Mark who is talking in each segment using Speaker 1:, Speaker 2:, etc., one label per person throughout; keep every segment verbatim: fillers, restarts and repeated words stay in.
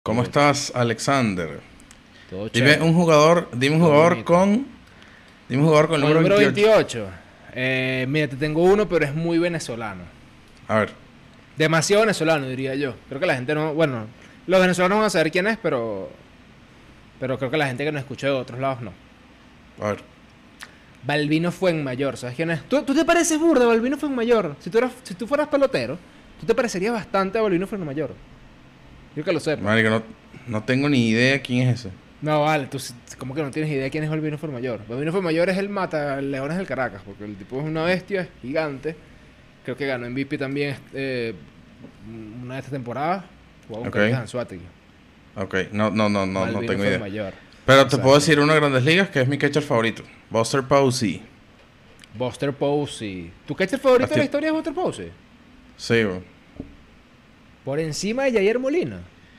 Speaker 1: ¿Cómo estás, Alexander?
Speaker 2: Todo
Speaker 1: Dime
Speaker 2: chévere,
Speaker 1: un jugador, dime un
Speaker 2: todo
Speaker 1: jugador
Speaker 2: bonito.
Speaker 1: con, dime un jugador con el
Speaker 2: Con el
Speaker 1: número
Speaker 2: número
Speaker 1: veintiocho.
Speaker 2: veintiocho, eh, mira, te tengo uno, pero es muy venezolano.
Speaker 1: A ver,
Speaker 2: Demasiado venezolano, diría yo. Creo que la gente no... Bueno, los venezolanos van a saber quién es, pero... Pero creo que la gente que nos escucha de otros lados no.
Speaker 1: a ver.
Speaker 2: Balbino Fuenmayor, ¿sabes quién es? ¿Tú, tú te pareces burda a Balbino Fuenmayor? Si tú, eras, si tú fueras pelotero, tú te parecerías bastante a Balbino Fuenmayor. Yo que lo sepa.
Speaker 1: Marico, no, no tengo ni idea quién es ese.
Speaker 2: No, vale, tú s- como que no tienes idea quién es Balbino Fuenmayor. Balbino Fuenmayor es el mata Leones del Caracas, porque el tipo es una bestia, es gigante. Creo que ganó M V P también eh, una de estas temporadas. Jugaba con
Speaker 1: Ok,
Speaker 2: Caracas Anzoátegui.
Speaker 1: ok. No, no, no, no, no
Speaker 2: Balbino
Speaker 1: tengo idea.
Speaker 2: Fuenmayor.
Speaker 1: Pero te puedo
Speaker 2: Exacto.
Speaker 1: decir uno de Grandes Ligas que es mi catcher favorito. Buster Posey.
Speaker 2: Buster Posey. ¿Tu catcher favorito de la
Speaker 1: Lasti-
Speaker 2: historia es Buster Posey?
Speaker 1: Sí, bro.
Speaker 2: Por encima de Jair Molina.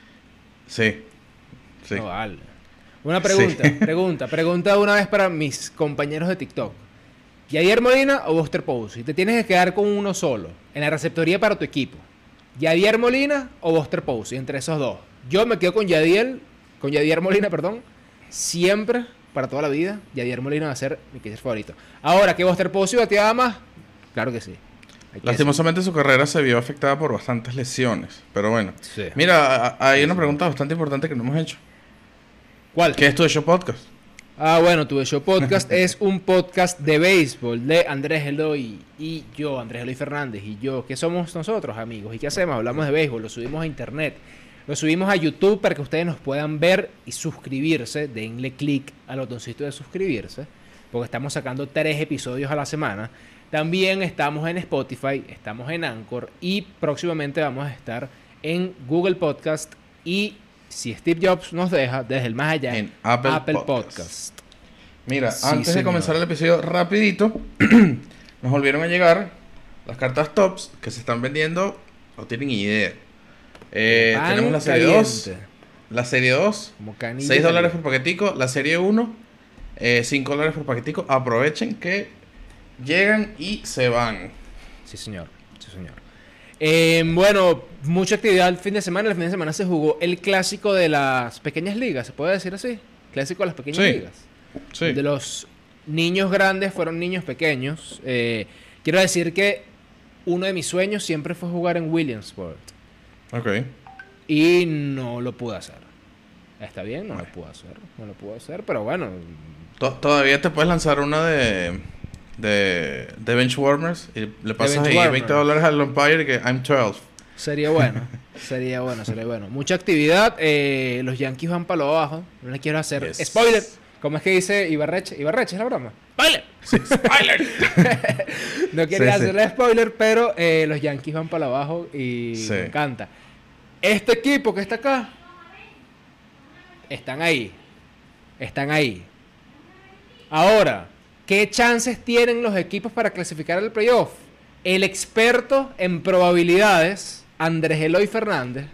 Speaker 1: Sí, sí.
Speaker 2: No vale. Una pregunta,
Speaker 1: Sí.
Speaker 2: pregunta, pregunta una vez para mis compañeros de TikTok. ¿Yadier Molina o Buster Posey? Te tienes que quedar con uno solo en la receptoría para tu equipo. ¿Yadier Molina o Buster Posey? Entre esos dos. Yo me quedo con Yadier, con Yadier Molina, perdón. Siempre, para toda la vida, Yadier Molina va a ser mi catcher favorito. Ahora, ¿que Buster Posey bateaba más? Claro que sí. Hay que
Speaker 1: Lastimosamente su carrera se vio afectada por bastantes lesiones. Pero bueno.
Speaker 2: decirlo. Sí.
Speaker 1: Mira, a- a- hay
Speaker 2: Sí,
Speaker 1: una
Speaker 2: sí.
Speaker 1: pregunta bastante importante que no hemos hecho.
Speaker 2: ¿Cuál?
Speaker 1: ¿Qué es tu de show podcast?
Speaker 2: Ah, bueno, Tu Show Podcast es un podcast de béisbol de Andrés Eloy y yo, Andrés Eloy Fernández y yo. ¿Qué somos nosotros, amigos? ¿Y qué hacemos? Hablamos de béisbol, lo subimos a internet, lo subimos a YouTube para que ustedes nos puedan ver y suscribirse. Denle click al botoncito de suscribirse, porque estamos sacando tres episodios a la semana. También estamos en Spotify, estamos en Anchor y próximamente vamos a estar en Google Podcast y, si Steve Jobs nos deja, desde el más allá,
Speaker 1: En Apple
Speaker 2: Podcast.
Speaker 1: Podcast. Mira,
Speaker 2: Sí,
Speaker 1: antes de
Speaker 2: señor.
Speaker 1: comenzar el episodio, rapidito, nos volvieron a llegar las cartas tops que se están vendiendo, no tienen idea. Eh,
Speaker 2: Pan
Speaker 1: tenemos la serie
Speaker 2: caliente,
Speaker 1: dos, la serie dos,
Speaker 2: como canilla
Speaker 1: seis dólares
Speaker 2: caliente.
Speaker 1: por paquetico, la serie uno, eh, cinco dólares por paquetico. Aprovechen que llegan y se van.
Speaker 2: Sí, señor. Sí, señor. Eh, bueno, mucha actividad el fin de semana. El fin de semana se jugó el clásico de las pequeñas ligas, ¿se puede decir así? Clásico de las pequeñas
Speaker 1: Sí.
Speaker 2: ligas.
Speaker 1: Sí.
Speaker 2: De los niños grandes fueron niños pequeños. Eh, quiero decir que uno de mis sueños siempre fue jugar en Williamsport.
Speaker 1: Ok.
Speaker 2: Y no lo pude hacer. Está bien, no
Speaker 1: Vale.
Speaker 2: lo pude hacer. No lo pude hacer, pero bueno.
Speaker 1: To- Todavía te puedes lanzar una de, de, de Benchwarmers y le pasas ahí
Speaker 2: Benchwarmer.
Speaker 1: veinte dólares al umpire y que I'm twelve.
Speaker 2: Sería bueno, sería bueno, sería bueno. Mucha actividad. eh, los Yankees van para lo abajo. No les quiero hacer
Speaker 1: Yes.
Speaker 2: spoiler. ¿Cómo es que dice Ibarreche? Ibarreche es la broma. ¡Spoiler!
Speaker 1: Sí, spoiler.
Speaker 2: No quería
Speaker 1: Sí, sí.
Speaker 2: hacerle spoiler, pero eh, los Yankees van para lo abajo y
Speaker 1: Sí.
Speaker 2: me encanta. Este equipo que está acá, están ahí. Están ahí. Ahora, ¿qué chances tienen los equipos para clasificar al playoff? El experto en probabilidades, Andrés Eloy Fernández,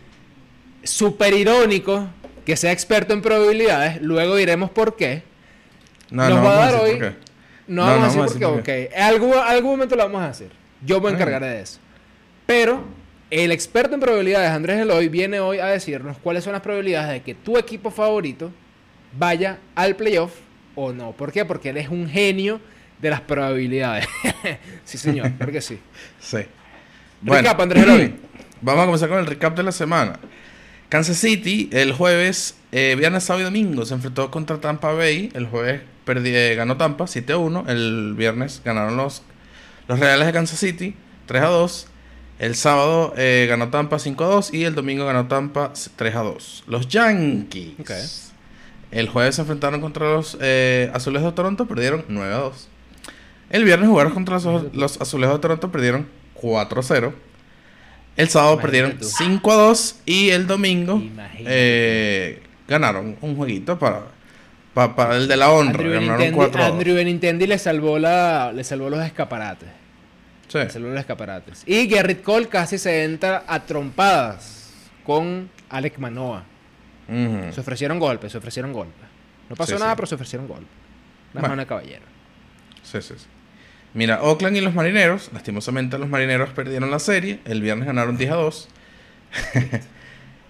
Speaker 2: súper irónico que sea experto en probabilidades, luego diremos por qué.
Speaker 1: No,
Speaker 2: Nos
Speaker 1: no
Speaker 2: va a
Speaker 1: vamos
Speaker 2: dar
Speaker 1: a decir
Speaker 2: hoy-
Speaker 1: por qué.
Speaker 2: No,
Speaker 1: No,
Speaker 2: vamos
Speaker 1: no
Speaker 2: a decir
Speaker 1: vamos a
Speaker 2: por
Speaker 1: decir
Speaker 2: qué,
Speaker 1: por
Speaker 2: ok. En algún, algún momento lo vamos a hacer. Yo me
Speaker 1: Bueno.
Speaker 2: encargaré de eso. Pero el experto en probabilidades, Andrés Eloy, viene hoy a decirnos cuáles son las probabilidades de que tu equipo favorito vaya al playoff o no. ¿Por qué? Porque él es un genio de las probabilidades. Sí, señor, creo que sí.
Speaker 1: Sí.
Speaker 2: Recap, Andrés Eloy.
Speaker 1: Vamos a comenzar con el recap de la semana. Kansas City el jueves, eh, viernes, sábado y domingo se enfrentó contra Tampa Bay. El jueves perdi- eh, ganó Tampa siete a uno. El viernes ganaron los, los Reales de Kansas City tres a dos. El sábado eh, ganó Tampa cinco a dos. Y el domingo ganó Tampa tres a dos. Los Yankees.
Speaker 2: Ok.
Speaker 1: El jueves se enfrentaron contra los eh, Azulejos de Toronto. Perdieron nueve a dos. El viernes jugaron contra los, los Azulejos de Toronto. Perdieron cuatro a cero. El sábado
Speaker 2: Imagínate
Speaker 1: perdieron
Speaker 2: tú.
Speaker 1: cinco a dos. Y el domingo
Speaker 2: Imagínate
Speaker 1: eh, ganaron un jueguito para, pa- para el de la honra.
Speaker 2: Andrew
Speaker 1: Ganaron
Speaker 2: Benintendi,
Speaker 1: cuatro a dos.
Speaker 2: Andrew Benintendi le salvó la, le salvó los escaparates.
Speaker 1: Sí.
Speaker 2: Le salvó los escaparates. Y Gerrit Cole casi se entra a trompadas con Alec Manoa.
Speaker 1: Ujú.
Speaker 2: Se ofrecieron golpes, se ofrecieron golpes. No pasó
Speaker 1: Sí,
Speaker 2: nada,
Speaker 1: sí.
Speaker 2: pero se ofrecieron golpes. Una
Speaker 1: Bueno.
Speaker 2: mano de caballero.
Speaker 1: Sí, sí, sí. Mira, Oakland y los Marineros. Lastimosamente los Marineros perdieron la serie. El viernes ganaron diez a dos.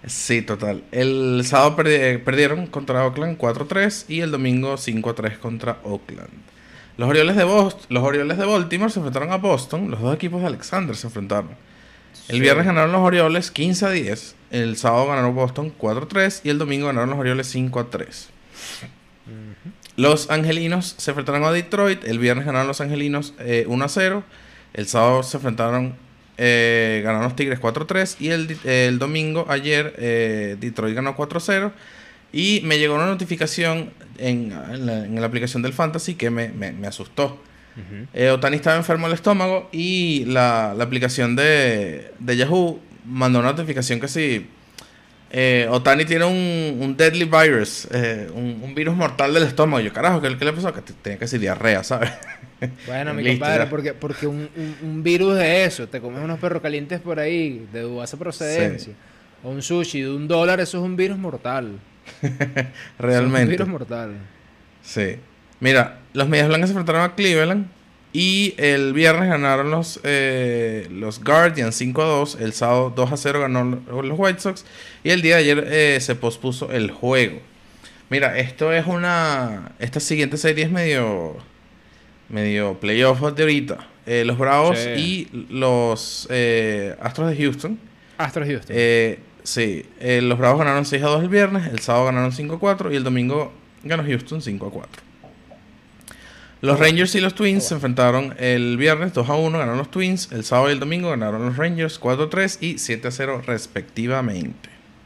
Speaker 1: Sí, total. El sábado perdi- perdieron contra Oakland cuatro tres y el domingo cinco tres contra Oakland. Los Orioles de Boston, los Orioles de Baltimore se enfrentaron a Boston. Los dos equipos de Alexander se enfrentaron. El
Speaker 2: Sí.
Speaker 1: viernes ganaron los Orioles quince a diez. El sábado ganaron Boston cuatro tres y el domingo ganaron los Orioles cinco a tres.
Speaker 2: Ujú.
Speaker 1: Los Angelinos se enfrentaron a Detroit. El viernes ganaron los Angelinos eh, uno a cero. El sábado se enfrentaron, eh, ganaron los Tigres cuatro tres. Y el, di- el domingo, ayer, eh, Detroit ganó cuatro a cero. Y me llegó una notificación en, en la, en la aplicación del Fantasy que me, me, me asustó.
Speaker 2: Ujú.
Speaker 1: Eh, Otani estaba enfermo del estómago y la, la aplicación de, de Yahoo mandó una notificación que sí. Eh, Otani tiene un, un deadly virus, eh, un, un virus mortal del estómago. Y yo, carajo, ¿qué, qué le pasó? Que t- tenía que ser diarrea, ¿sabes?
Speaker 2: Bueno, mi
Speaker 1: Listo,
Speaker 2: compadre,
Speaker 1: ya.
Speaker 2: porque, porque un, un- un virus de eso, te comes unos perros calientes por ahí, de dudosa procedencia, o un sushi de un dólar, eso es un virus mortal. Eso es un
Speaker 1: Realmente.
Speaker 2: virus mortal.
Speaker 1: Sí. Mira, los Medias Blancas se enfrentaron a Cleveland. Y el viernes ganaron los, eh, los Guardians cinco a dos. El sábado dos a cero ganó lo- los White Sox. Y el día de ayer eh, se pospuso el juego. Mira, esto es una... Esta siguiente serie es medio... Medio playoff de ahorita. Eh, los Bravos
Speaker 2: Sí.
Speaker 1: y los eh, Astros de Houston.
Speaker 2: Astros Houston.
Speaker 1: Eh, sí, eh, los Bravos ganaron seis a dos el viernes, el sábado ganaron cinco a cuatro y el domingo ganó Houston cinco a cuatro. Los Rangers y los Twins se enfrentaron el viernes dos a uno, ganaron los Twins, el sábado y el domingo ganaron los Rangers cuatro a tres y siete a cero respectivamente.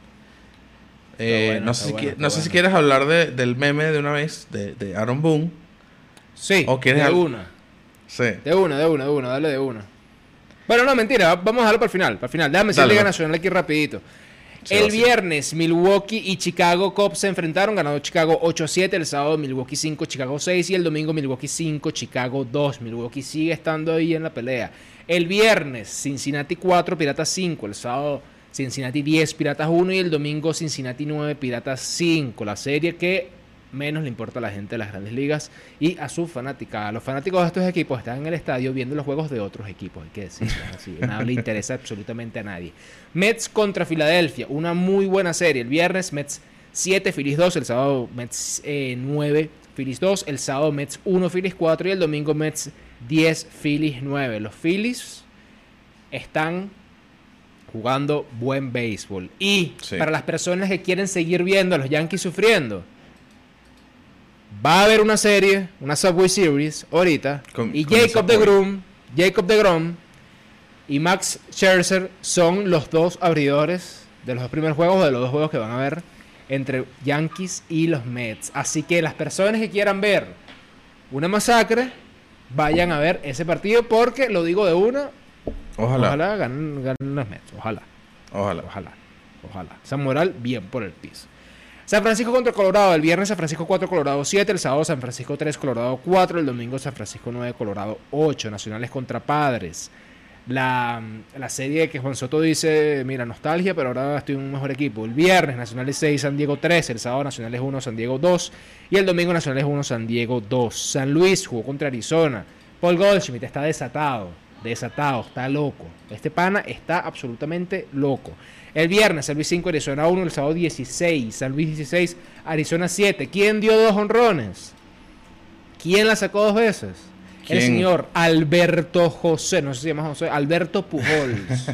Speaker 1: Eh,
Speaker 2: bueno,
Speaker 1: no
Speaker 2: está
Speaker 1: sé, si,
Speaker 2: bueno,
Speaker 1: qui-
Speaker 2: está
Speaker 1: no sé si
Speaker 2: bueno.
Speaker 1: quieres hablar de- del meme de una vez, de, de Aaron Boone.
Speaker 2: Sí,
Speaker 1: ¿o quieres
Speaker 2: de
Speaker 1: al-
Speaker 2: una.
Speaker 1: Sí.
Speaker 2: De una, de una, de una, dale de una. Bueno, no, mentira, va- vamos a dejarlo para el final, para el final. Déjame decir
Speaker 1: Dale,
Speaker 2: Liga
Speaker 1: va.
Speaker 2: Nacional aquí rapidito.
Speaker 1: Sí,
Speaker 2: el
Speaker 1: va, sí.
Speaker 2: viernes, Milwaukee y Chicago Cubs se enfrentaron, ganó Chicago ocho a siete, el sábado Milwaukee cinco, Chicago seis y el domingo Milwaukee cinco, Chicago dos. Milwaukee sigue estando ahí en la pelea. El viernes, Cincinnati cuatro, Piratas cinco, el sábado Cincinnati diez, Piratas uno y el domingo Cincinnati nueve, Piratas cinco. La serie que menos le importa a la gente de las grandes ligas y a sus fanáticas. Los fanáticos de estos equipos están en el estadio viendo los juegos de otros equipos, hay que decirlo así. Nada le interesa absolutamente a nadie. Mets contra Filadelfia, una muy buena serie. El viernes Mets siete, Phillies dos, el sábado Mets eh, nueve, Phillies dos, el sábado Mets uno, Phillies cuatro y el domingo Mets diez, Phillies nueve. Los Phillies están jugando buen béisbol. Y
Speaker 1: Sí.
Speaker 2: para las personas que quieren seguir viendo a los Yankees sufriendo, va a haber una serie, una Subway Series ahorita,
Speaker 1: Con-
Speaker 2: y
Speaker 1: con
Speaker 2: Jacob
Speaker 1: esa
Speaker 2: deGrom, Jacob deGrom y Max Scherzer son los dos abridores de los dos primeros juegos, de los dos juegos que van a haber entre Yankees y los Mets. Así que las personas que quieran ver una masacre, vayan a ver ese partido porque, lo digo de una,
Speaker 1: Ojalá.
Speaker 2: ojalá ganen, ganen los Mets, ojalá.
Speaker 1: Ojalá.
Speaker 2: Ojalá, ojalá. Esa moral bien por el piso. San Francisco contra Colorado. El viernes San Francisco cuatro, Colorado siete. El sábado San Francisco tres, Colorado cuatro. El domingo San Francisco nueve, Colorado ocho. Nacionales contra Padres. La, la serie que Juan Soto dice, mira, nostalgia, pero ahora estoy en un mejor equipo. El viernes Nacionales seis, San Diego tres. El sábado Nacionales uno, San Diego dos. Y el domingo Nacionales uno, San Diego dos. San Luis jugó contra Arizona. Paul Goldschmidt está desatado. Desatado, está loco. Este pana está absolutamente loco. El viernes, San Luis cinco, Arizona uno. El sábado dieciséis, San Luis dieciséis, Arizona siete. ¿Quién dio dos honrones? ¿Quién la sacó dos veces? El
Speaker 1: ¿Quién?
Speaker 2: señor Alberto José, no sé si se llama José, Alberto Pujols.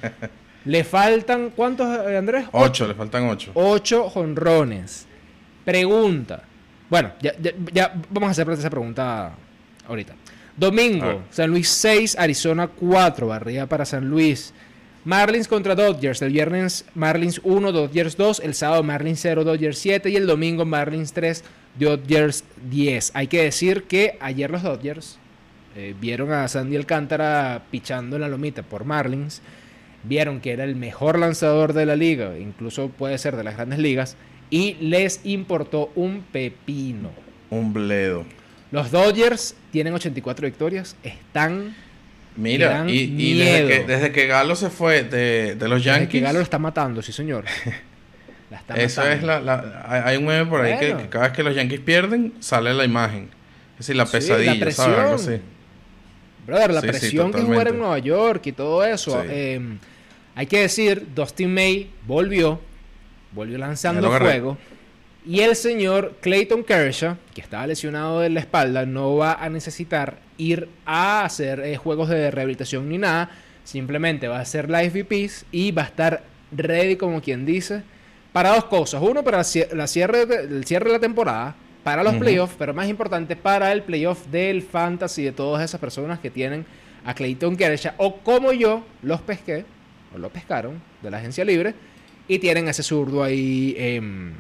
Speaker 2: Le faltan, ¿cuántos, eh, Andrés?
Speaker 1: Ocho, le faltan ocho.
Speaker 2: Ocho jonrones. Pregunta. Bueno, ya, ya, ya vamos a hacer esa pregunta ahorita.
Speaker 1: A
Speaker 2: Domingo,
Speaker 1: ver.
Speaker 2: San Luis seis, Arizona cuatro, barrida para San Luis. Marlins contra Dodgers. El viernes Marlins uno, Dodgers dos. El sábado Marlins cero, Dodgers siete. Y el domingo Marlins tres, Dodgers diez. Hay que decir que ayer los Dodgers eh, vieron a Sandy Alcántara pichando en la lomita por Marlins. Vieron que era el mejor lanzador de la liga, incluso puede ser de las grandes ligas, y les importó un pepino.
Speaker 1: Un bledo.
Speaker 2: Los Dodgers tienen ochenta y cuatro victorias, están...
Speaker 1: Mira,
Speaker 2: dan
Speaker 1: y, y desde,
Speaker 2: miedo.
Speaker 1: que, desde que Galo se fue de, de los
Speaker 2: Desde
Speaker 1: Yankees,
Speaker 2: que Galo lo está matando, sí señor. La está
Speaker 1: eso
Speaker 2: matando.
Speaker 1: es la, la- hay hay un meme por ahí que,
Speaker 2: Bueno.
Speaker 1: que cada vez que los Yankees pierden, sale la imagen. Es decir, la
Speaker 2: Sí,
Speaker 1: pesadilla,
Speaker 2: la
Speaker 1: ¿sabes? Algo así.
Speaker 2: presión. Brother, la
Speaker 1: Sí, sí,
Speaker 2: presión que es jugar en
Speaker 1: totalmente.
Speaker 2: Nueva York y todo eso.
Speaker 1: Sí.
Speaker 2: Eh, hay que decir, Dustin May volvió, volvió lanzando fuego. Y el señor Clayton Kershaw, que estaba lesionado de la espalda, no va a necesitar ir a hacer eh, juegos de rehabilitación ni nada. Simplemente va a hacer live V Ps y va a estar ready, como quien dice, para dos cosas. Uno, para la cierre de, el cierre de la temporada, para los uh-huh. playoffs, pero más importante, para el playoff del fantasy de todas esas personas que tienen a Clayton Kershaw, o como yo, los pesqué, o lo pescaron de la agencia libre, y tienen ese zurdo ahí... Eh,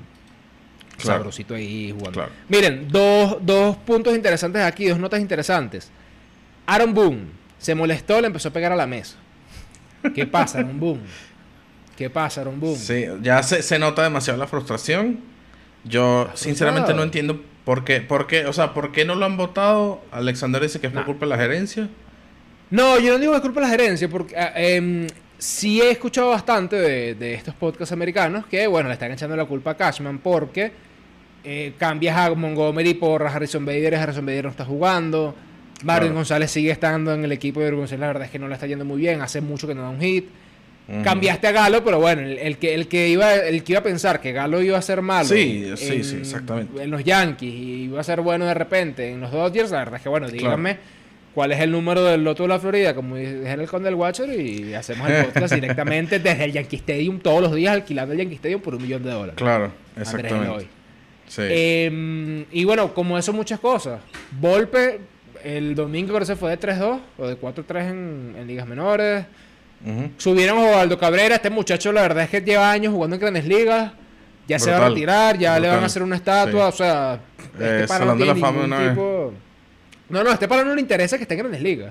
Speaker 2: Claro. Sabrosito ahí jugando. Claro. Miren, dos, dos puntos interesantes aquí, dos notas interesantes. Aaron Boone se molestó, le empezó a pegar a la mesa. ¿Qué pasa, Aaron Boone? ¿Qué pasa, Aaron Boone?
Speaker 1: Sí, ya se, se nota demasiado la frustración. Yo, sinceramente, no entiendo por qué, por qué, o sea, por qué no lo han votado. Alexander dice que es por nah. culpa de la gerencia.
Speaker 2: No, yo no digo que es culpa de la gerencia, porque eh, eh, sí he escuchado bastante de, de estos podcasts americanos que, bueno, le están echando la culpa a Cashman porque eh, cambias a Montgomery por Harrison Bader y Harrison Bader no está jugando. Marvin claro. González sigue estando en el equipo de González, la verdad es que no le está yendo muy bien, hace mucho que no da un hit. Uh-huh. Cambiaste a Galo, pero bueno, el, el, que, el, que iba, el que iba a pensar que Galo iba a ser malo
Speaker 1: sí,
Speaker 2: en,
Speaker 1: sí, sí, exactamente.
Speaker 2: en los Yankees y iba a ser bueno de repente en los Dodgers, la verdad es que, bueno, díganme claro. cuál es el número del loto de la Florida, como dice el Conde del Watcher, y hacemos el podcast directamente desde el Yankee Stadium todos los días, alquilando el Yankee Stadium por un millón de dólares.
Speaker 1: Claro, exactamente.
Speaker 2: Sí. Eh, y bueno, como eso, muchas cosas. Volpe, el domingo creo que se fue de tres dos o de cuatro tres en, en ligas menores. Uh-huh. Subieron a Osvaldo Cabrera. Este muchacho, la verdad es que lleva años jugando en grandes ligas. Ya brutal, se va a retirar, ya brutal. Le van a hacer una estatua. Sí. O sea, este
Speaker 1: eh, para no tiene
Speaker 2: ningún
Speaker 1: fama una
Speaker 2: tipo... Vez. No, no, a este para no le interesa que esté en grandes ligas.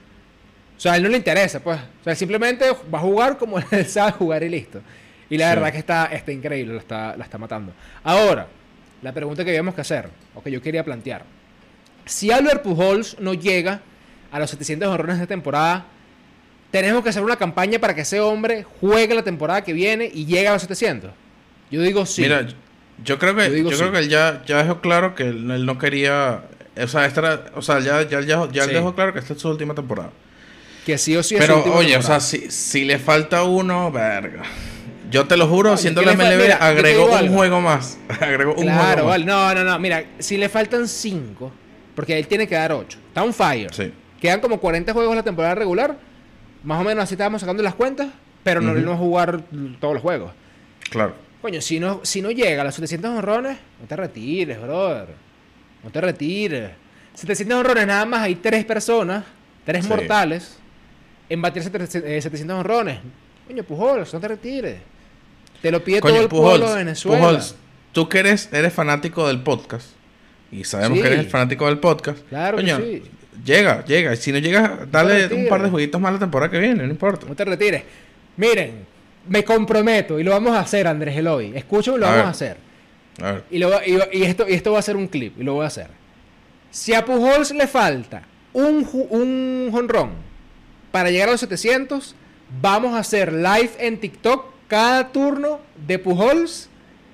Speaker 2: O sea, a él no le interesa, pues. O sea, simplemente va a jugar como él sabe jugar y listo. Y la sí. verdad que está, está increíble, la está, la está matando. Ahora, la pregunta que habíamos que hacer, o que yo quería plantear. Si Albert Pujols no llega a los setecientos honrones de temporada, tenemos que hacer una campaña para que ese hombre juegue la temporada que viene y llegue a los setecientos. Yo digo sí.
Speaker 1: Mira, yo creo que, yo, yo
Speaker 2: sí.
Speaker 1: creo que él ya, ya dejó claro que él, él no quería... O sea, esta era, o sea ya, ya, ya, ya sí. él dejó claro que esta es su última temporada.
Speaker 2: Que sí o sí es
Speaker 1: Pero,
Speaker 2: su última
Speaker 1: oye,
Speaker 2: temporada.
Speaker 1: o sea, si, si le falta uno, verga. Yo te lo juro,
Speaker 2: no,
Speaker 1: siendo la M L B, mira, agregó un algo. juego más. agregó un
Speaker 2: claro,
Speaker 1: juego
Speaker 2: vale.
Speaker 1: más.
Speaker 2: No, no, no. Mira, si le faltan cinco, porque él tiene que dar ocho. Está on fire.
Speaker 1: Sí.
Speaker 2: Quedan como cuarenta juegos la temporada regular. Más o menos así estábamos sacando las cuentas. Pero no, uh-huh. no va a jugar todos los juegos.
Speaker 1: Claro.
Speaker 2: Coño, si no, si no llega a los setecientos honrones, no te retires, brother. No te retires. setecientos honrones, nada más hay tres personas, tres sí. mortales, en batir setecientos honrones. Coño, Pujols, no te retires. Te lo pide Coño, todo el Pujols, pueblo de Venezuela.
Speaker 1: Pujols, tú que eres, eres fanático del podcast, y sabemos sí. que eres el fanático del podcast.
Speaker 2: Claro
Speaker 1: Coño,
Speaker 2: que sí.
Speaker 1: Llega, llega. Y si no llegas, dale no un par de jueguitos más la temporada que viene, no importa.
Speaker 2: No te retires. Miren, me comprometo, y lo vamos a hacer, Andrés Eloy. Escúchame, lo a vamos ver. a hacer. A ver. Y, lo, y, y, esto, y esto va a ser un clip, y lo voy a hacer. Si a Pujols le falta un, un jonrón para llegar a los setecientos, vamos a hacer live en TikTok cada turno de Pujols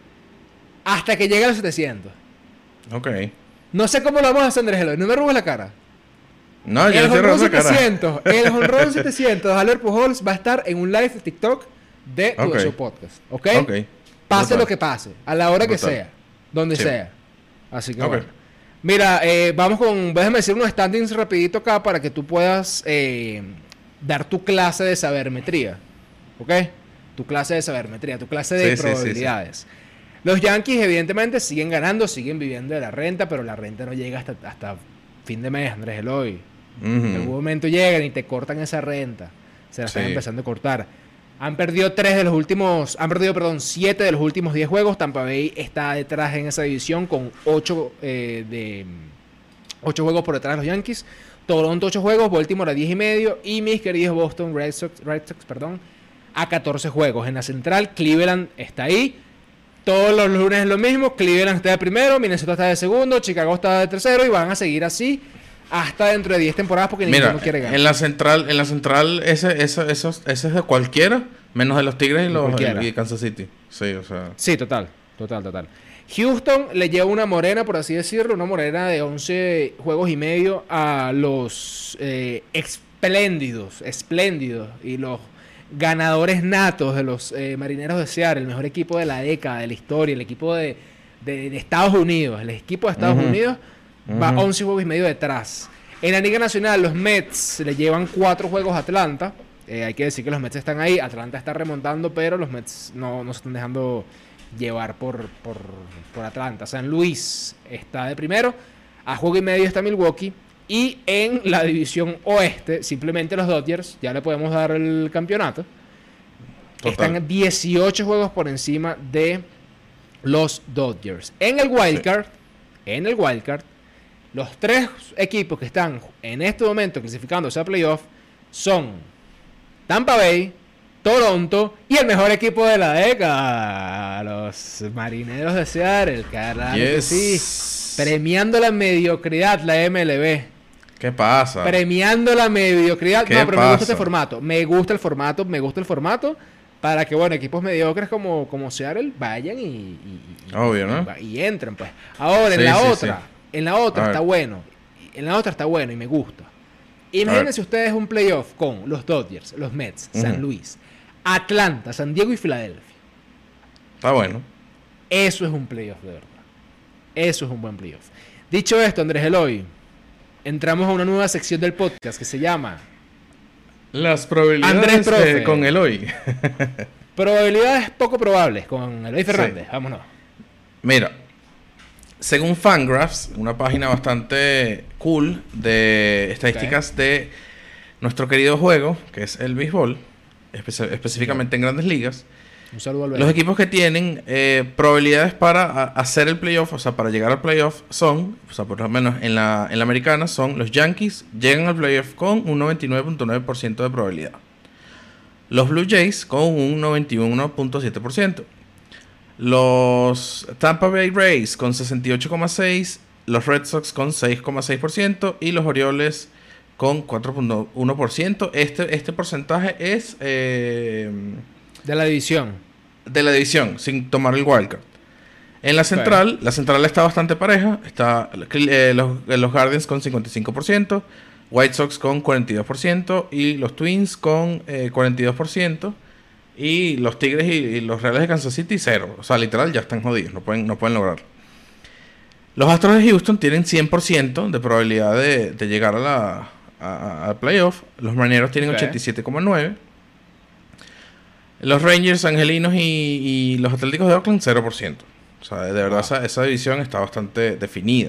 Speaker 2: hasta que llegue a los setecientos.
Speaker 1: Ok.
Speaker 2: No sé cómo lo vamos a hacer, Andrés Eloy. No me robes la cara.
Speaker 1: No, yo
Speaker 2: el
Speaker 1: no te robo la
Speaker 2: cara. El jonrón setecientos de Albert Pujols va a estar en un live de TikTok de tu okay. podcast. ¿Ok? Ok. Pase Brutal. Lo que pase. A la hora Brutal. Que sea. Donde sí. sea. Así que okay. bueno. Mira, eh, vamos con... Déjame decir unos standings rapidito acá para que tú puedas eh, dar tu clase de sabermetría. ¿Ok? Tu clase de sabermetría, tu clase de sí, probabilidades. Sí, sí, sí. Los Yankees evidentemente siguen ganando, siguen viviendo de la renta, pero la renta no llega hasta, hasta fin de mes, Andrés Eloy. Uh-huh. En algún momento llegan y te cortan esa renta. Se la sí. están empezando a cortar. Han perdido tres de los últimos... Han perdido, perdón, siete de los últimos diez juegos. Tampa Bay está detrás en esa división con ocho eh, de... ocho juegos por detrás de los Yankees. Toronto ocho juegos, Baltimore a diez y medio. Y mis queridos Boston Red Sox, Red Sox perdón, a catorce juegos. En la central, Cleveland está ahí. Todos los lunes es lo mismo. Cleveland está de primero, Minnesota está de segundo, Chicago está de tercero y van a seguir así hasta dentro de diez temporadas porque
Speaker 1: Mira,
Speaker 2: ninguno quiere ganar.
Speaker 1: En la central, en la central ese, ese, ese, ese es de cualquiera, menos de los Tigres y los y Kansas City. Sí, o sea.
Speaker 2: Sí, total, total, total. Houston le lleva una morena, por así decirlo, una morena de once juegos y medio a los eh, espléndidos, espléndidos y los ganadores natos de los eh, Marineros de Seattle, el mejor equipo de la década, de la historia, el equipo de, de, de Estados Unidos. El equipo de Estados uh-huh. Unidos uh-huh. va once juegos y medio detrás. En la Liga Nacional, los Mets le llevan cuatro juegos a Atlanta. Eh, hay que decir que los Mets están ahí. Atlanta está remontando, pero los Mets no, no se están dejando llevar por, por, por Atlanta. San Luis está de primero. A juego y medio está Milwaukee. Y en la división oeste, simplemente los Dodgers, ya le podemos dar el campeonato. Total. Están dieciocho juegos por encima de los Dodgers. En el wildcard, sí. en el wildcard, los tres equipos que están en este momento clasificándose a playoff son Tampa Bay, Toronto y el mejor equipo de la década, los Marineros de Seattle. Carajo, yes. sí. Premiando la mediocridad, la M L B.
Speaker 1: ¿Qué pasa?
Speaker 2: Premiando la mediocridad. No, pero pasa? me gusta este formato. Me gusta el formato, me gusta el formato para que, bueno, equipos mediocres como, como Seattle vayan y, y, y,
Speaker 1: Obvio,
Speaker 2: y,
Speaker 1: ¿no?
Speaker 2: y, y entren, pues. Ahora, sí, en la sí, otra, sí. en la otra está bueno. En la otra está bueno y me gusta. Imagínense ustedes un playoff con los Dodgers, los Mets, uh-huh. San Luis, Atlanta, San Diego y Filadelfia.
Speaker 1: Está bueno.
Speaker 2: Eso es un playoff, de verdad. Eso es un buen playoff. Dicho esto, Andrés Eloy, entramos a una nueva sección del podcast que se llama
Speaker 1: Las probabilidades
Speaker 2: Andrés Profe.
Speaker 1: Eh, con Eloy.
Speaker 2: Probabilidades poco probables con Eloy Fernández. Sí. Vámonos.
Speaker 1: Mira, según Fangraphs, una página bastante cool de estadísticas okay. de nuestro querido juego, que es el béisbol, espe- específicamente en Grandes Ligas.
Speaker 2: Un saludo al
Speaker 1: Los equipos que tienen eh, probabilidades para a, hacer el playoff, o sea, para llegar al playoff son, o sea, por lo menos en la, en la americana, son los Yankees, llegan al playoff con un noventa y nueve punto nueve por ciento de probabilidad. Los Blue Jays con un noventa y uno punto siete por ciento. Los Tampa Bay Rays con sesenta y ocho coma seis por ciento. Los Red Sox con seis coma seis por ciento. Y los Orioles con cuatro punto uno por ciento. Este, este porcentaje es... Eh,
Speaker 2: de la división.
Speaker 1: De la división, sin tomar el wildcard. En la central, okay. la central está bastante pareja. Está eh, los, los Guardians con cincuenta y cinco por ciento, White Sox con cuarenta y dos por ciento y los Twins con eh, cuarenta y dos por ciento. Y los Tigres y, y los Reales de Kansas City, cero. O sea, literal, ya están jodidos. No pueden, no pueden lograrlo. Los Astros de Houston tienen cien por ciento de probabilidad de, de llegar a la a, a playoff. Los Marineros tienen okay. ochenta y siete coma nueve por ciento. Los Rangers, Angelinos y, y los Atléticos de Oakland, cero por ciento. O sea, de verdad, wow. esa, esa división está bastante definida.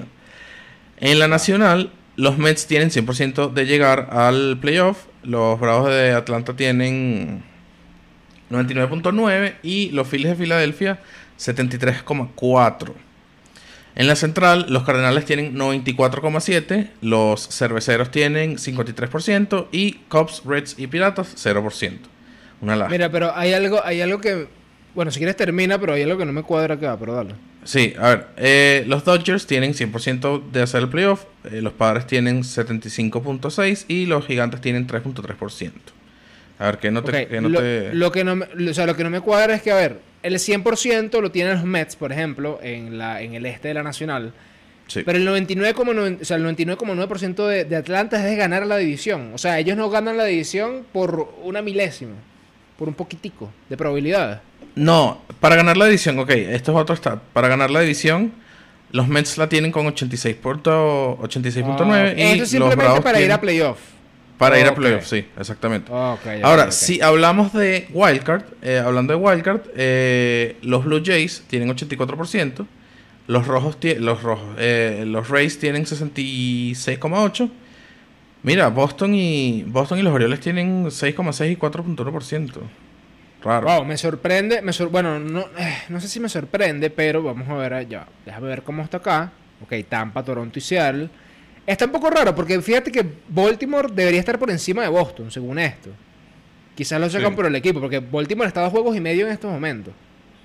Speaker 1: En la nacional, los Mets tienen cien por ciento de llegar al playoff. Los Bravos de Atlanta tienen noventa y nueve punto nueve por ciento y los Phillies de Filadelfia, setenta y tres coma cuatro por ciento. En la central, los Cardenales tienen noventa y cuatro coma siete por ciento, los Cerveceros tienen cincuenta y tres por ciento y Cubs, Reds y Piratas, cero por ciento. Una lástima.
Speaker 2: Mira, pero hay algo, hay algo que... Bueno, si quieres termina, pero hay algo que no me cuadra acá, pero dale.
Speaker 1: Sí, a ver. Eh, los Dodgers tienen cien por ciento de hacer el playoff. Eh, los Padres tienen setenta y cinco punto seis por ciento y los Gigantes tienen tres punto tres por ciento. A ver, ¿qué no te...
Speaker 2: Okay,
Speaker 1: qué no
Speaker 2: lo,
Speaker 1: te...
Speaker 2: Lo, que no me, o sea, lo que no me cuadra es que, a ver, el cien por ciento lo tienen los Mets, por ejemplo, en, la, en el este de la Nacional. Sí. Pero el noventa y nueve coma nueve por ciento, o sea, el noventa y nueve coma nueve por ciento de, de Atlanta es de ganar la división. O sea, ellos no ganan la división por una milésima. Por un poquitico de probabilidades.
Speaker 1: No, para ganar la división, ok, esto es otro stat. Para ganar la división, los Mets la tienen con ochenta y seis punto nueve.
Speaker 2: Ah, y esto es simplemente para ir a playoff.
Speaker 1: Para oh, ir a playoff, okay. sí, exactamente.
Speaker 2: Oh, okay,
Speaker 1: Ahora,
Speaker 2: okay, okay.
Speaker 1: si hablamos de wildcard, eh, hablando de wildcard, eh, los Blue Jays tienen ochenta y cuatro por ciento. Los rojos, los rojos, eh, los Rays tienen sesenta y seis coma ocho por ciento. Mira, Boston y Boston y los Orioles tienen seis coma seis y cuatro punto uno por ciento. Raro.
Speaker 2: Wow, me sorprende, me sor bueno, no, eh, no sé si me sorprende, pero vamos a ver allá. Déjame ver cómo está acá. Ok, Tampa, Toronto y Seattle. Está un poco raro porque fíjate que Baltimore debería estar por encima de Boston, según esto. Quizás lo sacan sí. por el equipo, porque Baltimore está a dos juegos y medio en estos momentos.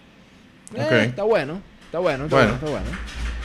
Speaker 2: Eh, okay. Está bueno, está bueno, está bueno, bueno está bueno.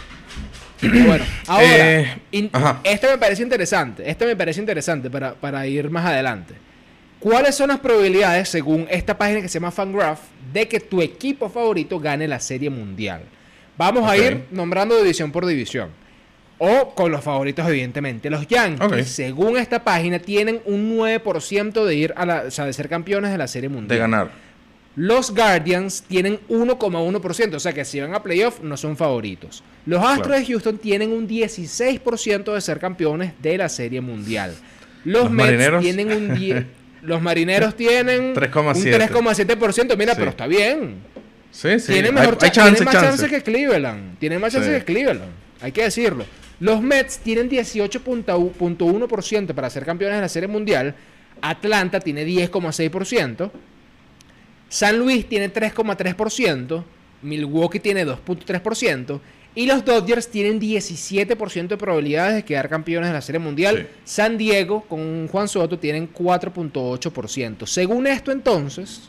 Speaker 2: Bueno, ahora, eh, in, este me parece interesante. Este me parece interesante para, para ir más adelante. ¿Cuáles son las probabilidades, según esta página que se llama Fangraph, de que tu equipo favorito gane la Serie Mundial? Vamos okay. a ir nombrando división por división. O con los favoritos, evidentemente. Los Yankees,
Speaker 1: Ok.
Speaker 2: según esta página, tienen un nueve por ciento de ir a la, o sea, de ser campeones de la Serie Mundial.
Speaker 1: De ganar.
Speaker 2: Los Guardians tienen uno coma uno por ciento, o sea que si van a playoff no son favoritos. Los Astros
Speaker 1: Claro.
Speaker 2: de Houston tienen un dieciséis por ciento de ser campeones de la Serie Mundial. Los,
Speaker 1: Los
Speaker 2: Mets
Speaker 1: Marineros.
Speaker 2: tienen un diez. Los Marineros tienen
Speaker 1: tres coma
Speaker 2: un
Speaker 1: siete.
Speaker 2: tres coma siete por ciento. Mira,
Speaker 1: Sí.
Speaker 2: pero está bien.
Speaker 1: Sí, sí.
Speaker 2: Tienen,
Speaker 1: Hay-
Speaker 2: mejor
Speaker 1: hay
Speaker 2: cha-
Speaker 1: chance,
Speaker 2: tienen más
Speaker 1: chance.
Speaker 2: chance que Cleveland. Tienen más chance
Speaker 1: Sí.
Speaker 2: que Cleveland. Hay que decirlo. Los Mets tienen dieciocho punto uno por ciento para ser campeones de la Serie Mundial. Atlanta tiene diez coma seis por ciento. San Luis tiene tres coma tres por ciento. Milwaukee tiene dos punto tres por ciento. Y los Dodgers tienen diecisiete por ciento de probabilidades de quedar campeones de la Serie Mundial.
Speaker 1: Sí.
Speaker 2: San Diego, con Juan Soto, tienen cuatro punto ocho por ciento. Según esto, entonces,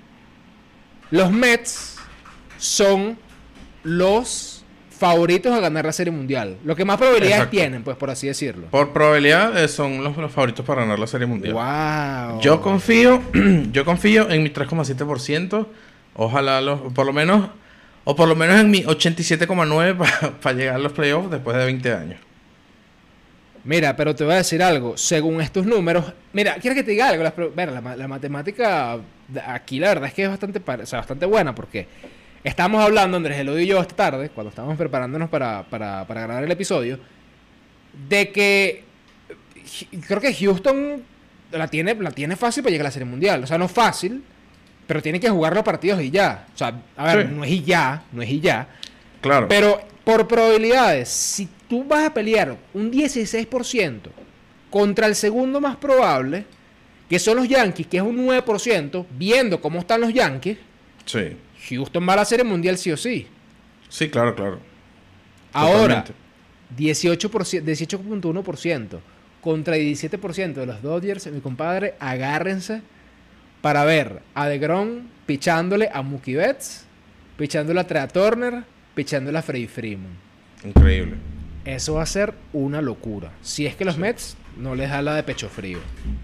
Speaker 2: los Mets son los favoritos a ganar la Serie Mundial. Lo que más probabilidades
Speaker 1: Exacto.
Speaker 2: tienen, pues, por así decirlo.
Speaker 1: Por probabilidad eh, son los, los favoritos para ganar la Serie Mundial.
Speaker 2: Wow.
Speaker 1: Yo confío, yo confío en mi tres coma siete por ciento. Ojalá los, por lo menos, o por lo menos en mi ochenta y siete coma nueve por ciento para llegar a los playoffs después de veinte años.
Speaker 2: Mira, pero te voy a decir algo. Según estos números, mira, quiero que te diga algo. La, pro- ver, la, ma- la matemática de- aquí, la verdad es que es bastante, pare- o sea, bastante buena porque estábamos hablando, Andrés Eloy y yo, esta tarde, cuando estábamos preparándonos para, para, para grabar el episodio, de que H- creo que Houston la tiene, la tiene fácil para llegar a la Serie Mundial. O sea, no fácil, pero tiene que jugar los partidos y ya. O sea, a ver,
Speaker 1: Sí.
Speaker 2: no es y ya, no es y ya.
Speaker 1: Claro.
Speaker 2: Pero por probabilidades, si tú vas a pelear un dieciséis por ciento contra el segundo más probable, que son los Yankees, que es un nueve por ciento, viendo cómo están los Yankees,
Speaker 1: Sí.
Speaker 2: Houston va a la Serie Mundial sí o sí.
Speaker 1: Sí, claro, claro.
Speaker 2: Ahora,
Speaker 1: Totalmente.
Speaker 2: dieciocho por ciento, dieciocho punto uno por ciento contra diecisiete por ciento de los Dodgers, mi compadre, agárrense para ver a DeGrom pichándole a Mookie Betts, pichándole a Trea Turner, pichándole a Freddie Freeman.
Speaker 1: Increíble.
Speaker 2: Eso va a ser una locura. Si es que los Mets no les da la de pecho frío.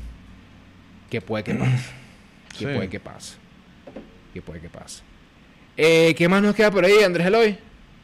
Speaker 2: Que puede que pase. Que
Speaker 1: Sí.
Speaker 2: puede que pase. Que puede que pase. Eh, ¿Qué más nos queda por ahí, Andrés Eloy?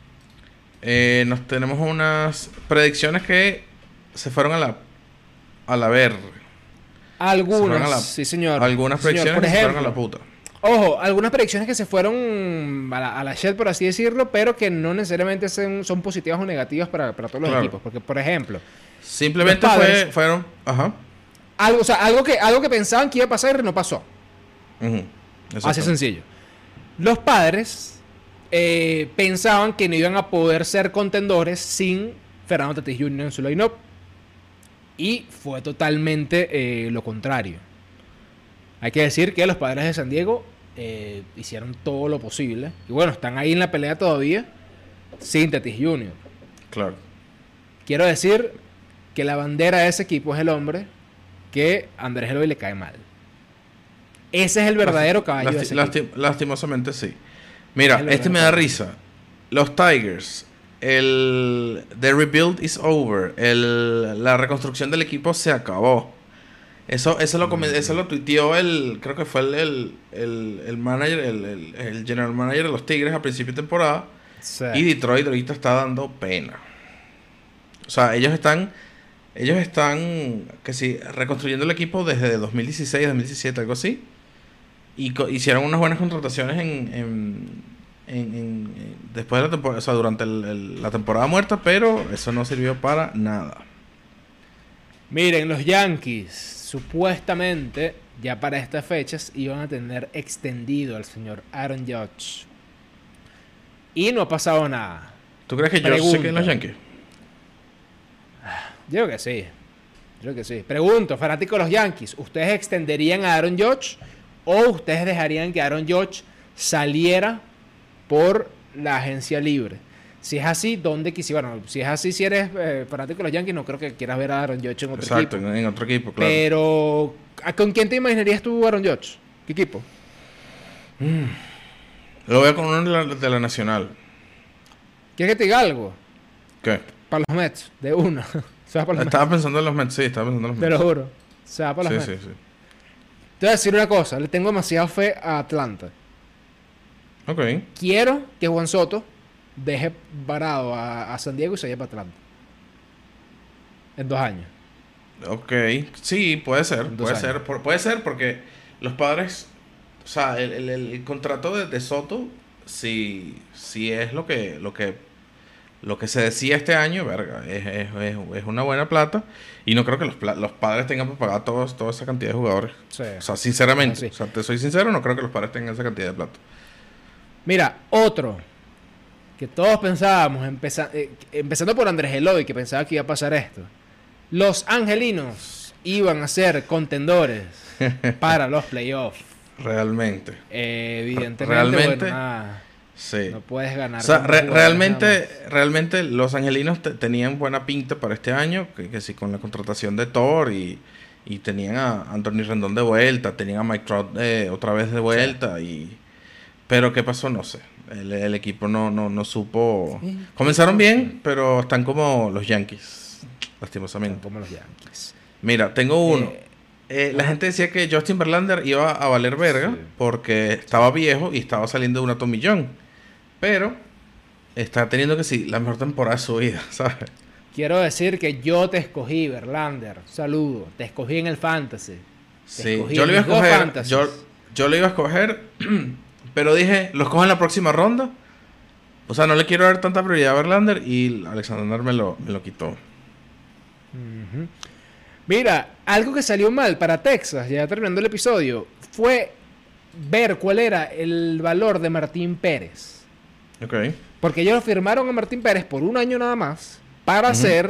Speaker 1: Eh, nos tenemos unas predicciones que se fueron a la a la ver.
Speaker 2: Algunas,
Speaker 1: Se fueron a la-
Speaker 2: sí señor.
Speaker 1: Algunas
Speaker 2: Sí, señor.
Speaker 1: predicciones
Speaker 2: Por
Speaker 1: que se fueron a
Speaker 2: ejemplo,
Speaker 1: la puta.
Speaker 2: ojo, algunas predicciones que se fueron a la, a la shed, por así decirlo, pero que no necesariamente son, son positivas o negativas para, para todos los
Speaker 1: Claro.
Speaker 2: equipos. Porque, por ejemplo,
Speaker 1: Simplemente
Speaker 2: Los
Speaker 1: fue,
Speaker 2: Padres-
Speaker 1: fueron. Ajá.
Speaker 2: algo, o sea, algo, que, algo que pensaban que iba a pasar y no pasó.
Speaker 1: Ujú.
Speaker 2: Así
Speaker 1: Exacto.
Speaker 2: sencillo. Los Padres eh, pensaban que no iban a poder ser contendores sin Fernando Tatis junior en su line-up. Y fue totalmente eh, lo contrario. Hay que decir que los Padres de San Diego eh, hicieron todo lo posible. Y bueno, están ahí en la pelea todavía sin Tatis junior
Speaker 1: Claro.
Speaker 2: Quiero decir que la bandera de ese equipo es el hombre que a Andrés Eloy le cae mal. Ese es el verdadero caballo de
Speaker 1: Lasti-
Speaker 2: ese
Speaker 1: lasti-
Speaker 2: equipo.
Speaker 1: Lastimosamente sí. Mira,
Speaker 2: Es el
Speaker 1: este me da risa. Los Tigers. El The rebuild is over. El, la reconstrucción del equipo se acabó. Eso, eso lo come- eso lo tuiteó el. Creo que fue el, el, el, el manager, el, el, el general manager de los Tigres a principio de temporada.
Speaker 2: Sí.
Speaker 1: Y Detroit ahorita está dando pena. O sea, ellos están. Ellos están. Que sí, reconstruyendo el equipo desde dos mil dieciséis, dos mil diecisiete, algo así. Y co- hicieron unas buenas contrataciones en, en, en- en- en- después de la temporada, o sea, durante el- el- la temporada muerta, pero eso no sirvió para nada.
Speaker 2: Miren, los Yankees supuestamente ya para estas fechas iban a tener extendido al señor Aaron Judge. Y no ha pasado nada.
Speaker 1: ¿Tú crees que yo
Speaker 2: Pregunta.
Speaker 1: sé que en los Yankees?
Speaker 2: Yo creo que sí. Yo creo que sí. Pregunto, fanáticos de los Yankees, ¿ustedes extenderían a Aaron Judge o ustedes dejarían que Aaron Judge saliera por la agencia libre? Si es así, ¿dónde quisiera? Bueno, si es así, si eres eh, fanático de los Yankees, no creo que quieras ver a Aaron Judge en otro
Speaker 1: Exacto,
Speaker 2: equipo.
Speaker 1: en, en otro equipo, claro.
Speaker 2: Pero, ¿a- ¿con quién te imaginarías tú Aaron Judge? ¿Qué equipo?
Speaker 1: Lo veo con uno de la, de la Nacional.
Speaker 2: ¿Quieres que te diga algo?
Speaker 1: ¿Qué?
Speaker 2: Para los Mets, de una. Se va para los Mets.
Speaker 1: Estaba pensando en los Mets, sí, estaba pensando en los
Speaker 2: Te
Speaker 1: Mets.
Speaker 2: lo juro. Se va para los
Speaker 1: Sí,
Speaker 2: Mets.
Speaker 1: sí, sí.
Speaker 2: Te voy a decir una cosa. Le tengo demasiada fe a Atlanta.
Speaker 1: Ok.
Speaker 2: Quiero que Juan Soto deje varado a, a San Diego y se vaya para Atlanta. En dos años.
Speaker 1: Ok, sí, puede ser,
Speaker 2: En dos
Speaker 1: puede
Speaker 2: años.
Speaker 1: ser, por- puede ser porque los Padres, o sea, el, el- el contrato de, de Soto, si, si es lo que, lo que, lo que se decía este año, verga, es, es, es, es una buena plata y no creo que los, pla- los Padres tengan para pagar todos, toda esa cantidad de jugadores.
Speaker 2: Sí.
Speaker 1: O sea, sinceramente,
Speaker 2: Así.
Speaker 1: o sea, te soy sincero, no creo que los Padres tengan esa cantidad de plata.
Speaker 2: Mira, otro que todos pensábamos, empeza- eh, empezando por Andrés Eloy, que pensaba que iba a pasar esto. Los angelinos iban a ser contendores para los playoffs.
Speaker 1: Realmente,
Speaker 2: Eh, evidentemente,
Speaker 1: Realmente,
Speaker 2: bueno, nada,
Speaker 1: sí.
Speaker 2: no puedes ganar.
Speaker 1: O sea,
Speaker 2: con
Speaker 1: re-
Speaker 2: jugadores nada
Speaker 1: realmente,
Speaker 2: más.
Speaker 1: realmente los angelinos te- tenían buena pinta para este año, que, que sí, con la contratación de Thor y, y tenían a Anthony Rendón de vuelta, tenían a Mike Trout eh, otra vez de vuelta, y pero ¿qué pasó? No sé. El, el equipo no, no, no supo...
Speaker 2: Sí.
Speaker 1: Comenzaron bien, pero están como los Yankees,
Speaker 2: Son
Speaker 1: lastimosamente.
Speaker 2: como los Yankees.
Speaker 1: Mira, tengo uno.
Speaker 2: Eh,
Speaker 1: Eh, la
Speaker 2: ajá.
Speaker 1: gente decía que Justin Verlander iba a valer verga
Speaker 2: Sí.
Speaker 1: porque estaba viejo y estaba saliendo de una tomillón. Pero está teniendo que sí, la mejor temporada de su vida, ¿sabes?
Speaker 2: Quiero decir que yo te escogí, Verlander. Saludo. Te escogí en el Fantasy. Te
Speaker 1: Sí,
Speaker 2: escogí
Speaker 1: yo
Speaker 2: en
Speaker 1: lo iba a
Speaker 2: mis dos
Speaker 1: escoger.
Speaker 2: fantasies.
Speaker 1: Yo, yo lo iba a escoger, pero dije, los cojo en la próxima ronda. O sea, no le quiero dar tanta prioridad a Verlander y Alexander me lo, me lo quitó.
Speaker 2: Ujú. Mira, algo que salió mal para Texas, ya terminando el episodio, fue ver cuál era el valor de Martín Pérez.
Speaker 1: Ok.
Speaker 2: Porque ellos firmaron a Martín Pérez por un año nada más para
Speaker 1: Ujú.
Speaker 2: ser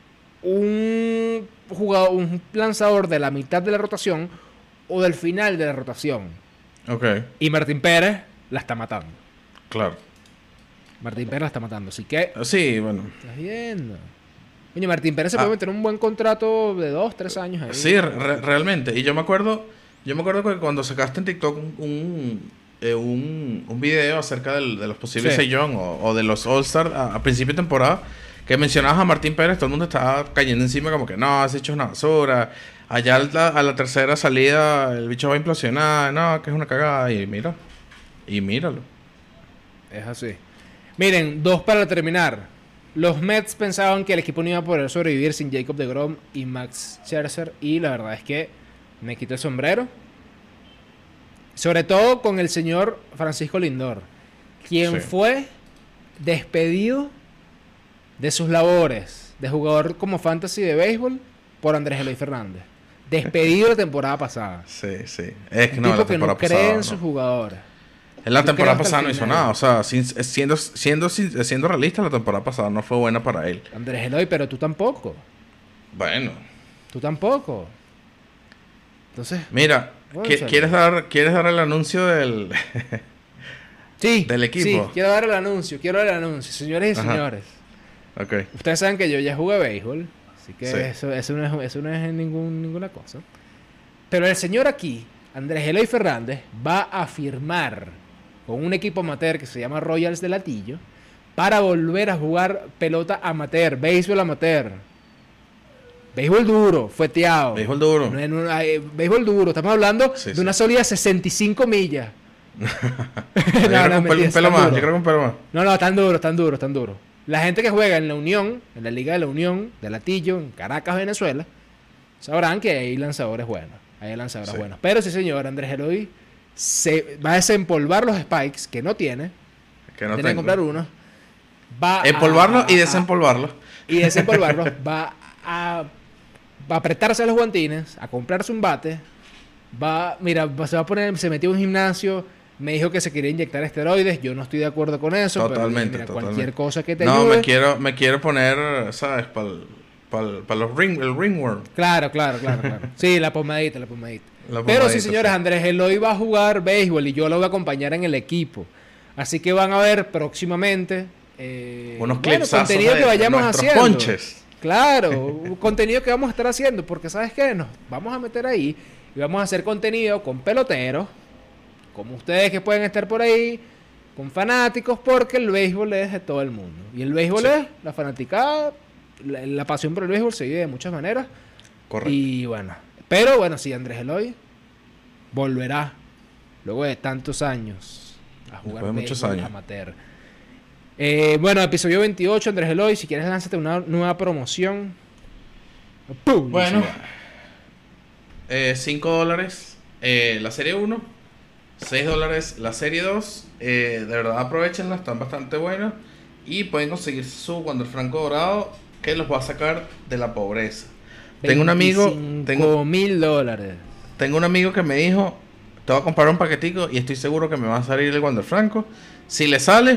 Speaker 2: un jugador, un lanzador de la mitad de la rotación o del final de la rotación.
Speaker 1: Ok,
Speaker 2: Y Martín Pérez la está matando.
Speaker 1: claro.
Speaker 2: Martín Pérez la está matando. Así que,
Speaker 1: Sí, bueno.
Speaker 2: estás viendo. Coño, Martín Pérez se
Speaker 1: Ah.
Speaker 2: puede meter un buen contrato de dos, tres años ahí.
Speaker 1: Sí, re- realmente. Y yo me acuerdo, yo me acuerdo que cuando sacaste en TikTok un, un, eh, un, un video acerca del- de los posibles
Speaker 2: Sí.
Speaker 1: Cy-Young o, o de los All-Star a, a principio de temporada, que mencionabas a Martín Pérez, todo el mundo estaba cayendo encima como que no, has hecho una basura. Allá a la, a la tercera salida el bicho va a implosionar, no, que es una cagada. Y mira, y míralo.
Speaker 2: Es así. Miren, dos para terminar. Los Mets pensaban que el equipo no iba a poder sobrevivir sin Jacob deGrom y Max Scherzer. Y la verdad es que me quito el sombrero. Sobre todo con el señor Francisco Lindor, quien
Speaker 1: Sí.
Speaker 2: fue despedido de sus labores de jugador como fantasy de béisbol por Andrés Eloy Fernández. Despedido la temporada pasada.
Speaker 1: Sí, sí. Es que
Speaker 2: Un
Speaker 1: no, la
Speaker 2: tipo que no
Speaker 1: temporada
Speaker 2: cree
Speaker 1: pasada,
Speaker 2: en
Speaker 1: no.
Speaker 2: sus jugadores.
Speaker 1: En la
Speaker 2: Yo
Speaker 1: temporada
Speaker 2: creo hasta
Speaker 1: pasada
Speaker 2: el
Speaker 1: no hizo
Speaker 2: final.
Speaker 1: nada. O sea, sin- siendo, siendo, siendo realista, la temporada pasada no fue buena para él.
Speaker 2: Andrés Eloy, pero tú tampoco.
Speaker 1: Bueno,
Speaker 2: Tú tampoco. Entonces,
Speaker 1: mira,
Speaker 2: Bueno,
Speaker 1: ¿qui-
Speaker 2: sale.
Speaker 1: ¿quieres dar, ¿quieres dar el anuncio del...?
Speaker 2: sí.
Speaker 1: del equipo.
Speaker 2: Sí, quiero dar el anuncio, quiero dar el anuncio, señores y
Speaker 1: Ajá.
Speaker 2: señores.
Speaker 1: Ok.
Speaker 2: Ustedes saben que yo ya jugué béisbol, así que
Speaker 1: Sí.
Speaker 2: eso, eso, no es, eso no es ningún, ninguna cosa. Pero el señor aquí, Andrés Eloy Fernández, va a firmar con un equipo amateur que se llama Royals de Latillo para volver a jugar pelota amateur, béisbol amateur. Béisbol duro, fueteado.
Speaker 1: Béisbol duro.
Speaker 2: No, no, ay, béisbol duro, estamos hablando
Speaker 1: Sí,
Speaker 2: de
Speaker 1: sí.
Speaker 2: una sólida sesenta y cinco millas.
Speaker 1: Yo creo que un pelo,
Speaker 2: mentira,
Speaker 1: un pelo
Speaker 2: están
Speaker 1: más.
Speaker 2: duros.
Speaker 1: Yo creo que un pelo más.
Speaker 2: No, no, están duros, están duros, están duros. La gente que juega en la Unión, en la Liga de la Unión, de Latillo, en Caracas, Venezuela, sabrán que hay lanzadores buenos. Hay lanzadores
Speaker 1: Sí.
Speaker 2: buenos. Pero sí, señor, Andrés Eloy se va a desempolvar los spikes que no tiene.
Speaker 1: Que no
Speaker 2: tiene que
Speaker 1: tengo.
Speaker 2: comprar uno. Va a-
Speaker 1: Empolvarlo y
Speaker 2: a-
Speaker 1: desempolvarlo.
Speaker 2: y desempolvarlos. Va a, va a apretarse los guantines, a comprarse un bate. Va, mira, va- se va a poner, se metió en un gimnasio. Me dijo que se quería inyectar esteroides. Yo no estoy de acuerdo con eso.
Speaker 1: Totalmente,
Speaker 2: pero mira,
Speaker 1: totalmente.
Speaker 2: cualquier cosa que te
Speaker 1: No,
Speaker 2: ayude.
Speaker 1: me quiero, me quiero poner, ¿sabes? Para los ring, el ringworm.
Speaker 2: Claro, claro, claro, claro. Sí, la pomadita, la pomadita.
Speaker 1: La
Speaker 2: Pero sí,
Speaker 1: pomadita,
Speaker 2: señores,
Speaker 1: sí.
Speaker 2: Andrés Eloy va a jugar béisbol y yo lo voy a acompañar en el equipo. Así que van a ver próximamente eh,
Speaker 1: Unos
Speaker 2: bueno,
Speaker 1: clipsazos
Speaker 2: contenido
Speaker 1: de-
Speaker 2: que vayamos
Speaker 1: de nuestros
Speaker 2: haciendo.
Speaker 1: ponches.
Speaker 2: Claro, contenido que vamos a estar haciendo, porque ¿sabes qué? Nos vamos a meter ahí y vamos a hacer contenido con peloteros, como ustedes que pueden estar por ahí, con fanáticos, porque el béisbol es de todo el mundo. Y el béisbol
Speaker 1: Sí.
Speaker 2: es la fanaticada, la, la pasión por el béisbol se vive de muchas maneras.
Speaker 1: Correcto.
Speaker 2: Y bueno, pero bueno, sí, Andrés Eloy volverá luego de tantos años a jugar
Speaker 1: Después de muchos
Speaker 2: béisbol
Speaker 1: años.
Speaker 2: amateur. Eh, bueno, episodio veintiocho, Andrés Eloy, si quieres lánzate una nueva promoción. ¡Pum!
Speaker 1: Bueno, eh, cinco dólares eh, la serie uno, seis dólares la serie dos. Eh, de verdad aprovechenla, están bastante buenas. Y pueden conseguir su Wander Franco dorado, que los va a sacar de la pobreza. Tengo un amigo, tengo
Speaker 2: mil dólares.
Speaker 1: Tengo un amigo que me dijo, te voy a comprar un paquetico y estoy seguro que me va a salir el Wander Franco. Si le sale,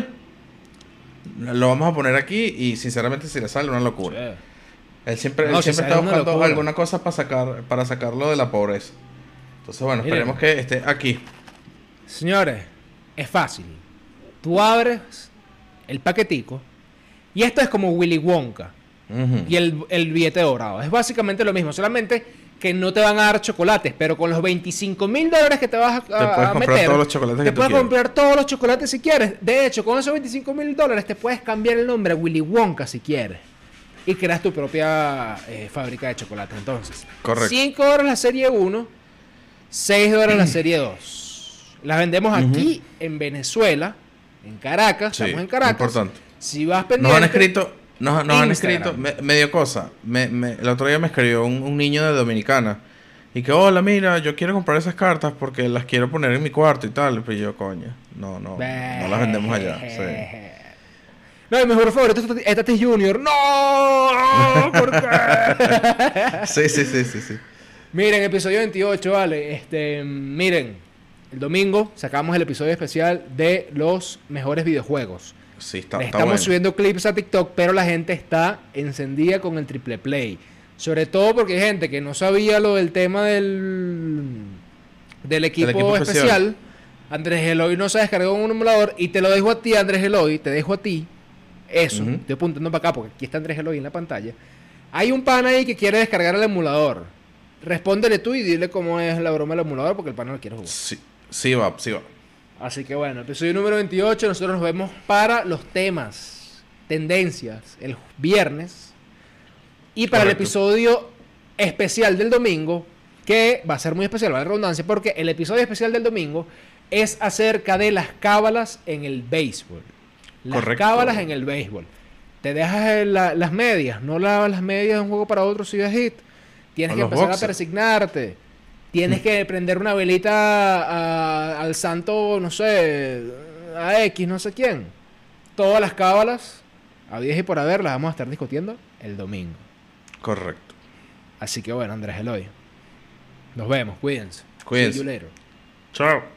Speaker 1: lo vamos a poner aquí y sinceramente si le sale una locura. Sí. Él siempre,
Speaker 2: no,
Speaker 1: él siempre
Speaker 2: si
Speaker 1: está buscando
Speaker 2: locura.
Speaker 1: alguna cosa para sacar, para sacarlo de la pobreza. Entonces bueno,
Speaker 2: Miren,
Speaker 1: esperemos que esté aquí.
Speaker 2: Señores, es fácil. Tú abres el paquetico y esto es como Willy Wonka. Uh-huh. Y el, el billete dorado. Es básicamente lo mismo, solamente que no te van a dar chocolates, pero con los veinticinco mil dólares que te vas a,
Speaker 1: te puedes
Speaker 2: a
Speaker 1: comprar
Speaker 2: meter,
Speaker 1: todos los chocolates
Speaker 2: te
Speaker 1: que
Speaker 2: puedes
Speaker 1: tú
Speaker 2: comprar todos los chocolates si quieres. De hecho, con esos veinticinco mil dólares te puedes cambiar el nombre a Willy Wonka si quieres. Y creas tu propia eh, fábrica de chocolates. Entonces,
Speaker 1: correcto.
Speaker 2: cinco dólares la serie uno, seis dólares la serie dos. Las vendemos uh-huh. aquí en Venezuela, en Caracas. Sí, estamos en Caracas.
Speaker 1: Importante.
Speaker 2: Si vas pendiente...
Speaker 1: Nos han escrito... Nos, nos han escrito me, medio cosa. Me, me, el otro día me escribió un, un niño de Dominicana. Y que, hola, mira, yo quiero comprar esas cartas porque las quiero poner en mi cuarto y tal. Pero yo, coño, no, no, no las vendemos allá. Sí.
Speaker 2: No, mi mejor favorito es Tati Junior. ¡No! ¿Por qué?
Speaker 1: sí, sí, sí, sí, sí.
Speaker 2: Miren, episodio veintiocho, vale. Este, miren, el domingo sacamos el episodio especial de los mejores videojuegos.
Speaker 1: Sí, está,
Speaker 2: Le
Speaker 1: está
Speaker 2: estamos
Speaker 1: bueno.
Speaker 2: subiendo clips a TikTok, pero la gente está encendida con el triple play. Sobre todo porque hay gente que no sabía lo del tema del, del equipo, equipo especial. especial. Andrés Eloy no se descargó un emulador y te lo dejo a ti, Andrés Eloy. Te dejo a ti eso. Uh-huh. Estoy apuntando para acá porque aquí está Andrés Eloy en la pantalla. Hay un pana ahí que quiere descargar el emulador. Respóndele tú y dile cómo es la broma del emulador porque el pana no quiere jugar.
Speaker 1: Sí, sí va, sí va.
Speaker 2: Así que bueno, episodio número veintiocho, nosotros nos vemos para los temas, tendencias, el viernes. Y para Correcto. El episodio especial del domingo, que va a ser muy especial, vale la redundancia, porque el episodio especial del domingo es acerca de las cábalas en el béisbol. Las Correcto. cábalas en el béisbol. Te dejas la, las medias, no lavas las medias de un juego para otro si es hit. Tienes o que empezar boxers. a persignarte. Tienes que prender una velita a, a, al santo, no sé, a X, no sé quién. Todas las cábalas, a diez y por haber, las vamos a estar discutiendo el domingo.
Speaker 1: Correcto.
Speaker 2: Así que bueno, Andrés Eloy. Nos vemos, cuídense.
Speaker 1: Cuídense.
Speaker 2: See you later.
Speaker 1: Chao.